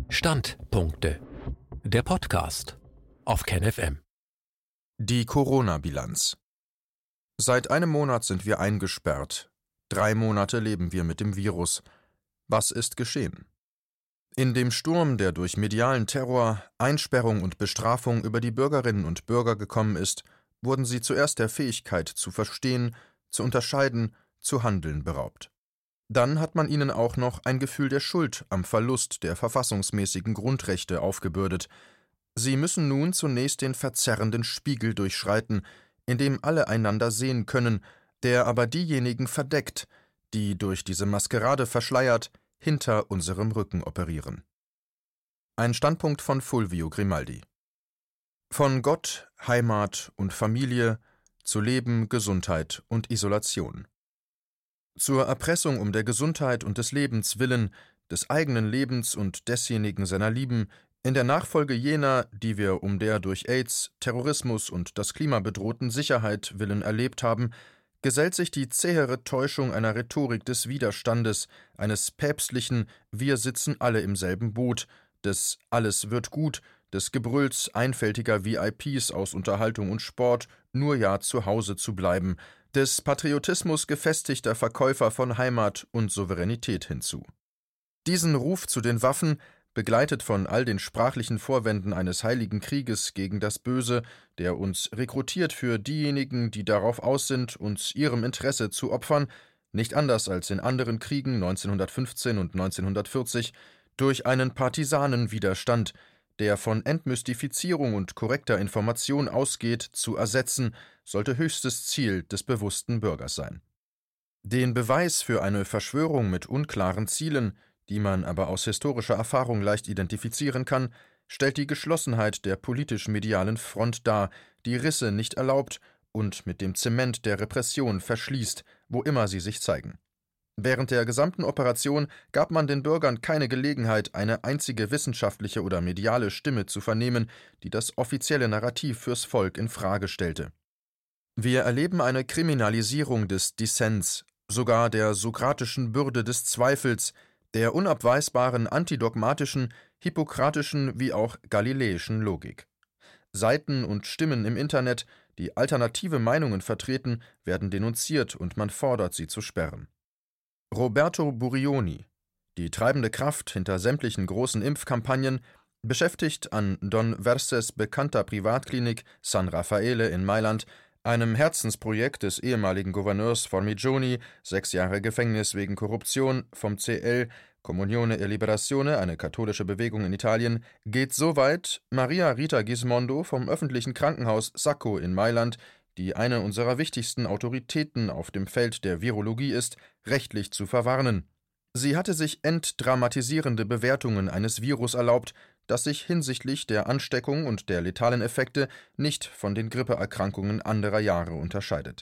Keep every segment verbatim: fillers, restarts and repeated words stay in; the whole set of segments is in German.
Standpunkte. Der Podcast auf KenFM. Die Corona-Bilanz. Seit einem Monat sind wir eingesperrt. Drei Monate leben wir mit dem Virus. Was ist geschehen? In dem Sturm, der durch medialen Terror, Einsperrung und Bestrafung über die Bürgerinnen und Bürger gekommen ist, wurden sie zuerst der Fähigkeit zu verstehen, zu unterscheiden, zu handeln beraubt. Dann hat man ihnen auch noch ein Gefühl der Schuld am Verlust der verfassungsmäßigen Grundrechte aufgebürdet. Sie müssen nun zunächst den verzerrenden Spiegel durchschreiten, in dem alle einander sehen können, der aber diejenigen verdeckt, die durch diese Maskerade verschleiert hinter unserem Rücken operieren. Ein Standpunkt von Fulvio Grimaldi. Von Gott, Heimat und Familie zu Leben, Gesundheit und Isolation. Zur Erpressung um der Gesundheit und des Lebens willen, des eigenen Lebens und desjenigen seiner Lieben, in der Nachfolge jener, die wir um der durch AIDS, Terrorismus und das Klima bedrohten Sicherheit willen erlebt haben, gesellt sich die zähere Täuschung einer Rhetorik des Widerstandes, eines päpstlichen Wir sitzen alle im selben Boot, des Alles wird gut, des Gebrülls einfältiger V I Ps aus Unterhaltung und Sport, nur ja zu Hause zu bleiben, des Patriotismus gefestigter Verkäufer von Heimat und Souveränität hinzu. Diesen Ruf zu den Waffen, begleitet von all den sprachlichen Vorwänden eines heiligen Krieges gegen das Böse, der uns rekrutiert für diejenigen, die darauf aus sind, uns ihrem Interesse zu opfern, nicht anders als in anderen Kriegen neunzehnhundertfünfzehn und neunzehnhundertvierzig, durch einen Partisanenwiderstand, der von Entmystifizierung und korrekter Information ausgeht, zu ersetzen, sollte höchstes Ziel des bewussten Bürgers sein. Den Beweis für eine Verschwörung mit unklaren Zielen, die man aber aus historischer Erfahrung leicht identifizieren kann, stellt die Geschlossenheit der politisch-medialen Front dar, die Risse nicht erlaubt und mit dem Zement der Repression verschließt, wo immer sie sich zeigen. Während der gesamten Operation gab man den Bürgern keine Gelegenheit, eine einzige wissenschaftliche oder mediale Stimme zu vernehmen, die das offizielle Narrativ fürs Volk in Frage stellte. Wir erleben eine Kriminalisierung des Dissens, sogar der sokratischen Bürde des Zweifels, der unabweisbaren antidogmatischen, hippokratischen wie auch galiläischen Logik. Seiten und Stimmen im Internet, die alternative Meinungen vertreten, werden denunziert und man fordert, sie zu sperren. Roberto Burioni, die treibende Kraft hinter sämtlichen großen Impfkampagnen, beschäftigt an Don Verses bekannter Privatklinik San Raffaele in Mailand, einem Herzensprojekt des ehemaligen Gouverneurs Formigioni, sechs Jahre Gefängnis wegen Korruption, vom C L, Comunione e Liberazione, eine katholische Bewegung in Italien, geht so weit, Maria Rita Gismondo vom öffentlichen Krankenhaus Sacco in Mailand, die eine unserer wichtigsten Autoritäten auf dem Feld der Virologie ist, rechtlich zu verwarnen. Sie hatte sich entdramatisierende Bewertungen eines Virus erlaubt, das sich hinsichtlich der Ansteckung und der letalen Effekte nicht von den Grippeerkrankungen anderer Jahre unterscheidet.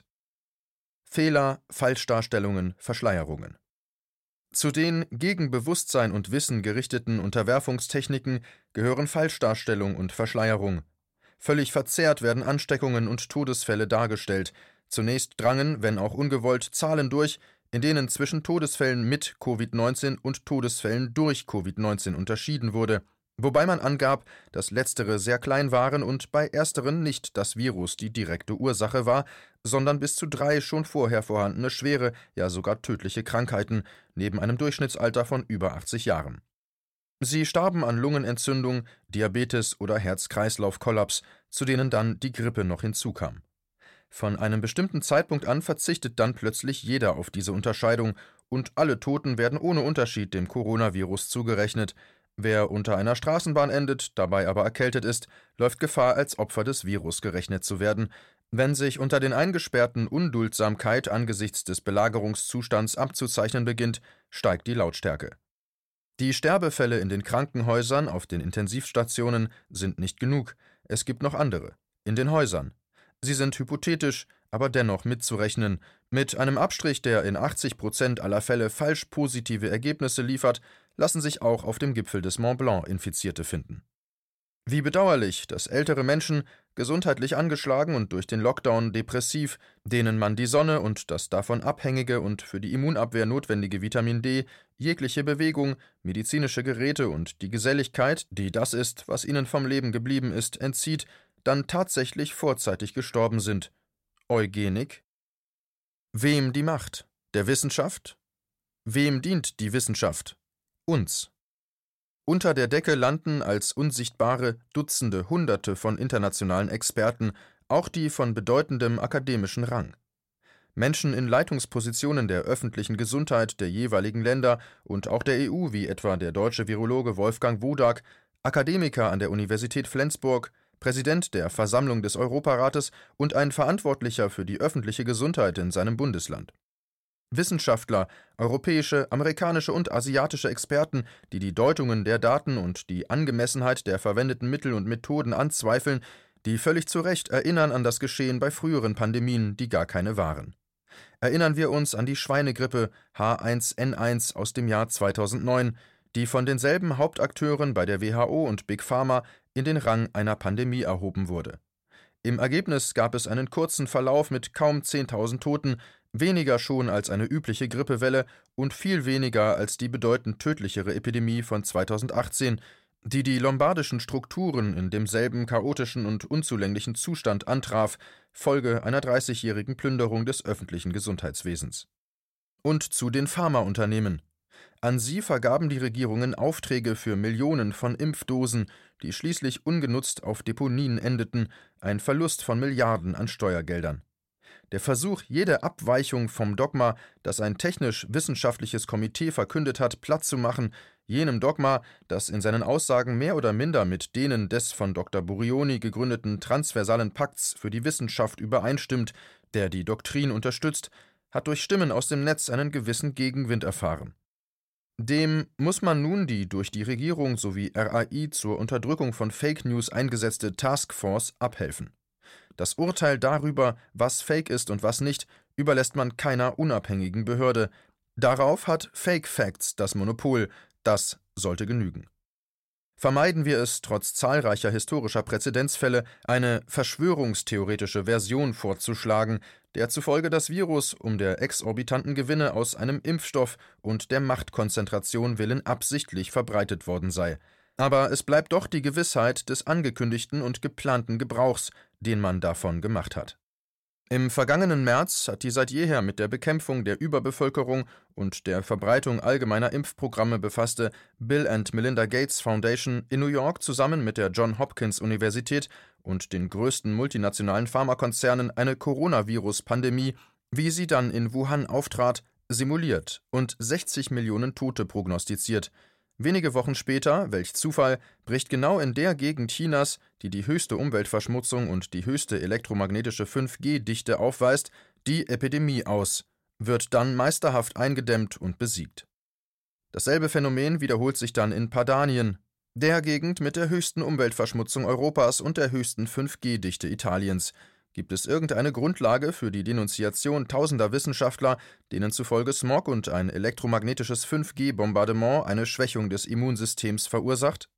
Fehler, Falschdarstellungen, Verschleierungen. Zu den gegen Bewusstsein und Wissen gerichteten Unterwerfungstechniken gehören Falschdarstellung und Verschleierung. Völlig verzerrt werden Ansteckungen und Todesfälle dargestellt. Zunächst drangen, wenn auch ungewollt, Zahlen durch, in denen zwischen Todesfällen mit Covid neunzehn und Todesfällen durch Covid neunzehn unterschieden wurde, wobei man angab, dass letztere sehr klein waren und bei ersteren nicht das Virus die direkte Ursache war, sondern bis zu drei schon vorher vorhandene schwere, ja sogar tödliche Krankheiten, neben einem Durchschnittsalter von über achtzig Jahren. Sie starben an Lungenentzündung, Diabetes oder Herz-Kreislauf-Kollaps, zu denen dann die Grippe noch hinzukam. Von einem bestimmten Zeitpunkt an verzichtet dann plötzlich jeder auf diese Unterscheidung und alle Toten werden ohne Unterschied dem Coronavirus zugerechnet. Wer unter einer Straßenbahn endet, dabei aber erkältet ist, läuft Gefahr, als Opfer des Virus gerechnet zu werden. Wenn sich unter den Eingesperrten Unduldsamkeit angesichts des Belagerungszustands abzuzeichnen beginnt, steigt die Lautstärke. Die Sterbefälle in den Krankenhäusern, auf den Intensivstationen sind nicht genug. Es gibt noch andere. In den Häusern. Sie sind hypothetisch, aber dennoch mitzurechnen. Mit einem Abstrich, der in achtzig Prozent aller Fälle falsch positive Ergebnisse liefert, lassen sich auch auf dem Gipfel des Mont Blanc Infizierte finden. Wie bedauerlich, dass ältere Menschen, gesundheitlich angeschlagen und durch den Lockdown depressiv, denen man die Sonne und das davon abhängige und für die Immunabwehr notwendige Vitamin D jegliche Bewegung, medizinische Geräte und die Geselligkeit, die das ist, was ihnen vom Leben geblieben ist, entzieht, dann tatsächlich vorzeitig gestorben sind. Eugenik? Wem die Macht? Der Wissenschaft? Wem dient die Wissenschaft? Uns. Unter der Decke landen als unsichtbare Dutzende, Hunderte von internationalen Experten, auch die von bedeutendem akademischen Rang. Menschen in Leitungspositionen der öffentlichen Gesundheit der jeweiligen Länder und auch der E U, wie etwa der deutsche Virologe Wolfgang Wodak, Akademiker an der Universität Flensburg, Präsident der Versammlung des Europarates und ein Verantwortlicher für die öffentliche Gesundheit in seinem Bundesland. Wissenschaftler, europäische, amerikanische und asiatische Experten, die die Deutungen der Daten und die Angemessenheit der verwendeten Mittel und Methoden anzweifeln, die völlig zu Recht erinnern an das Geschehen bei früheren Pandemien, die gar keine waren. Erinnern wir uns an die Schweinegrippe H eins N eins aus dem Jahr zweitausendneun, die von denselben Hauptakteuren bei der W H O und Big Pharma in den Rang einer Pandemie erhoben wurde. Im Ergebnis gab es einen kurzen Verlauf mit kaum zehntausend Toten, weniger schon als eine übliche Grippewelle und viel weniger als die bedeutend tödlichere Epidemie von zweitausendachtzehn, die die lombardischen Strukturen in demselben chaotischen und unzulänglichen Zustand antraf, Folge einer dreißigjährigen Plünderung des öffentlichen Gesundheitswesens. Und zu den Pharmaunternehmen. An sie vergaben die Regierungen Aufträge für Millionen von Impfdosen, die schließlich ungenutzt auf Deponien endeten, ein Verlust von Milliarden an Steuergeldern. Der Versuch, jede Abweichung vom Dogma, das ein technisch-wissenschaftliches Komitee verkündet hat, platt zu machen, jenem Dogma, das in seinen Aussagen mehr oder minder mit denen des von Doktor Burioni gegründeten Transversalen Pakts für die Wissenschaft übereinstimmt, der die Doktrin unterstützt, hat durch Stimmen aus dem Netz einen gewissen Gegenwind erfahren. Dem muss man nun die durch die Regierung sowie R A I zur Unterdrückung von Fake News eingesetzte Taskforce abhelfen. Das Urteil darüber, was Fake ist und was nicht, überlässt man keiner unabhängigen Behörde. Darauf hat Fake Facts das Monopol. Das sollte genügen. Vermeiden wir es, trotz zahlreicher historischer Präzedenzfälle, eine verschwörungstheoretische Version vorzuschlagen, der zufolge das Virus um der exorbitanten Gewinne aus einem Impfstoff und der Machtkonzentration willen absichtlich verbreitet worden sei. Aber es bleibt doch die Gewissheit des angekündigten und geplanten Gebrauchs, den man davon gemacht hat. Im vergangenen März hat die seit jeher mit der Bekämpfung der Überbevölkerung und der Verbreitung allgemeiner Impfprogramme befasste Bill and Melinda Gates Foundation in New York zusammen mit der Johns Hopkins Universität und den größten multinationalen Pharmakonzernen eine Coronavirus-Pandemie, wie sie dann in Wuhan auftrat, simuliert und sechzig Millionen Tote prognostiziert. Wenige Wochen später, welch Zufall, bricht genau in der Gegend Chinas, die die höchste Umweltverschmutzung und die höchste elektromagnetische fünf G Dichte aufweist, die Epidemie aus, wird dann meisterhaft eingedämmt und besiegt. Dasselbe Phänomen wiederholt sich dann in Padanien, der Gegend mit der höchsten Umweltverschmutzung Europas und der höchsten fünf G Dichte Italiens. Gibt es irgendeine Grundlage für die Denunziation tausender Wissenschaftler, denen zufolge Smog und ein elektromagnetisches fünf G Bombardement eine Schwächung des Immunsystems verursacht?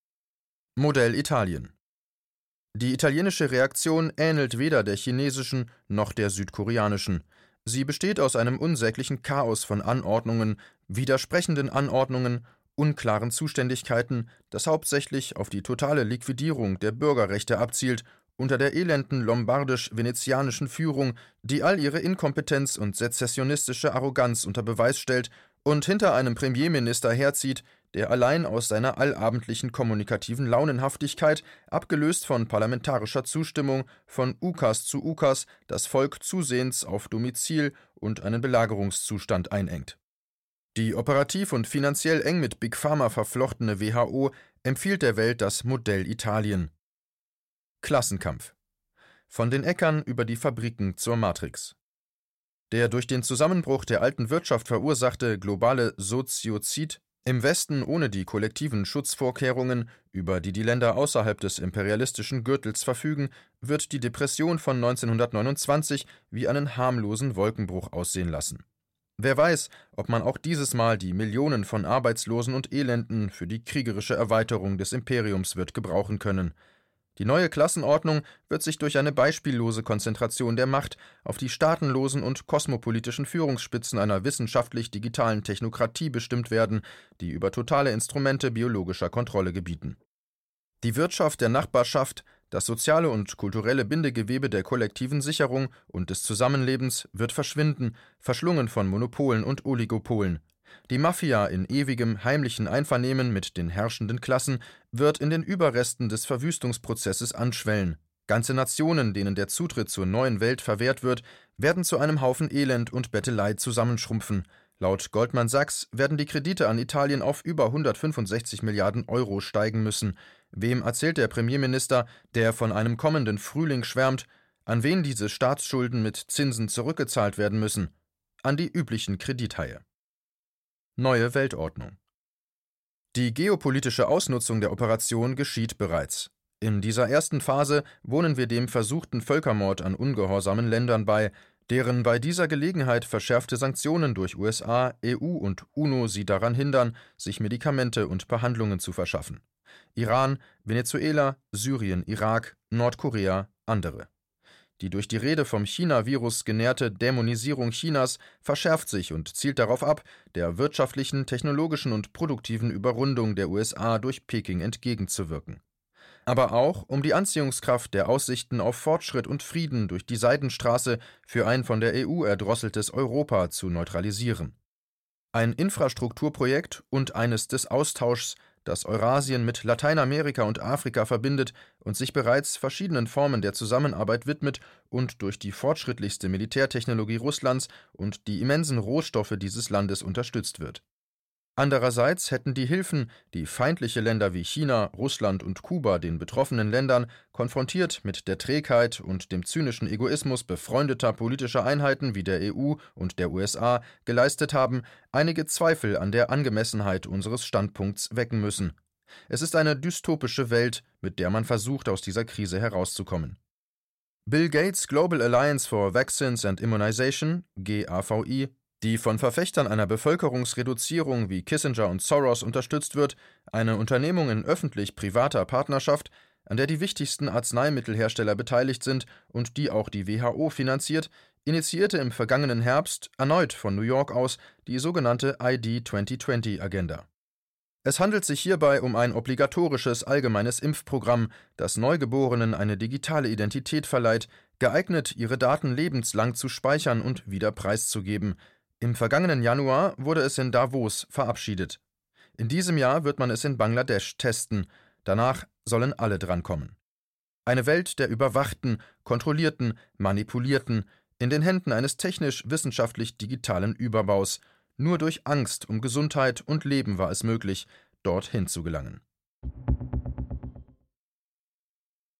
Modell Italien. Die italienische Reaktion ähnelt weder der chinesischen noch der südkoreanischen. Sie besteht aus einem unsäglichen Chaos von Anordnungen, widersprechenden Anordnungen, unklaren Zuständigkeiten, das hauptsächlich auf die totale Liquidierung der Bürgerrechte abzielt, unter der elenden lombardisch-venezianischen Führung, die all ihre Inkompetenz und sezessionistische Arroganz unter Beweis stellt und hinter einem Premierminister herzieht, der allein aus seiner allabendlichen kommunikativen Launenhaftigkeit, abgelöst von parlamentarischer Zustimmung, von Ukas zu Ukas, das Volk zusehends auf Domizil und einen Belagerungszustand einengt. Die operativ und finanziell eng mit Big Pharma verflochtene W H O empfiehlt der Welt das Modell Italien. Klassenkampf. Von den Äckern über die Fabriken zur Matrix. Der durch den Zusammenbruch der alten Wirtschaft verursachte globale Soziozid im Westen ohne die kollektiven Schutzvorkehrungen, über die die Länder außerhalb des imperialistischen Gürtels verfügen, wird die Depression von neunzehnhundertneunundzwanzig wie einen harmlosen Wolkenbruch aussehen lassen. Wer weiß, ob man auch dieses Mal die Millionen von Arbeitslosen und Elenden für die kriegerische Erweiterung des Imperiums wird gebrauchen können. Die neue Klassenordnung wird sich durch eine beispiellose Konzentration der Macht auf die staatenlosen und kosmopolitischen Führungsspitzen einer wissenschaftlich-digitalen Technokratie bestimmt werden, die über totale Instrumente biologischer Kontrolle gebieten. Die Wirtschaft der Nachbarschaft, das soziale und kulturelle Bindegewebe der kollektiven Sicherung und des Zusammenlebens wird verschwinden, verschlungen von Monopolen und Oligopolen. Die Mafia in ewigem, heimlichen Einvernehmen mit den herrschenden Klassen wird in den Überresten des Verwüstungsprozesses anschwellen. Ganze Nationen, denen der Zutritt zur neuen Welt verwehrt wird, werden zu einem Haufen Elend und Bettelei zusammenschrumpfen. Laut Goldman Sachs werden die Kredite an Italien auf über hundertfünfundsechzig Milliarden Euro steigen müssen. Wem erzählt der Premierminister, der von einem kommenden Frühling schwärmt, an wen diese Staatsschulden mit Zinsen zurückgezahlt werden müssen? An die üblichen Kredithaie. Neue Weltordnung. Die geopolitische Ausnutzung der Operation geschieht bereits. In dieser ersten Phase wohnen wir dem versuchten Völkermord an ungehorsamen Ländern bei, deren bei dieser Gelegenheit verschärfte Sanktionen durch U S A, E U und UNO sie daran hindern, sich Medikamente und Behandlungen zu verschaffen. Iran, Venezuela, Syrien, Irak, Nordkorea, andere. Die durch die Rede vom China-Virus genährte Dämonisierung Chinas verschärft sich und zielt darauf ab, der wirtschaftlichen, technologischen und produktiven Überrundung der U S A durch Peking entgegenzuwirken. Aber auch, um die Anziehungskraft der Aussichten auf Fortschritt und Frieden durch die Seidenstraße für ein von der E U erdrosseltes Europa zu neutralisieren. Ein Infrastrukturprojekt und eines des Austauschs, das Eurasien mit Lateinamerika und Afrika verbindet und sich bereits verschiedenen Formen der Zusammenarbeit widmet und durch die fortschrittlichste Militärtechnologie Russlands und die immensen Rohstoffe dieses Landes unterstützt wird. Andererseits hätten die Hilfen, die feindliche Länder wie China, Russland und Kuba den betroffenen Ländern, konfrontiert mit der Trägheit und dem zynischen Egoismus befreundeter politischer Einheiten wie der E U und der U S A, geleistet haben, einige Zweifel an der Angemessenheit unseres Standpunkts wecken müssen. Es ist eine dystopische Welt, mit der man versucht, aus dieser Krise herauszukommen. Bill Gates' Global Alliance for Vaccines and Immunization, G A V I, die von Verfechtern einer Bevölkerungsreduzierung wie Kissinger und Soros unterstützt wird, eine Unternehmung in öffentlich-privater Partnerschaft, an der die wichtigsten Arzneimittelhersteller beteiligt sind und die auch die W H O finanziert, initiierte im vergangenen Herbst erneut von New York aus die sogenannte I D zwanzig zwanzig Agenda. Es handelt sich hierbei um ein obligatorisches allgemeines Impfprogramm, das Neugeborenen eine digitale Identität verleiht, geeignet, ihre Daten lebenslang zu speichern und wieder preiszugeben. Im vergangenen Januar wurde es in Davos verabschiedet. In diesem Jahr wird man es in Bangladesch testen. Danach sollen alle drankommen. Eine Welt der überwachten, kontrollierten, manipulierten, in den Händen eines technisch-wissenschaftlich-digitalen Überbaus. Nur durch Angst um Gesundheit und Leben war es möglich, dorthin zu gelangen.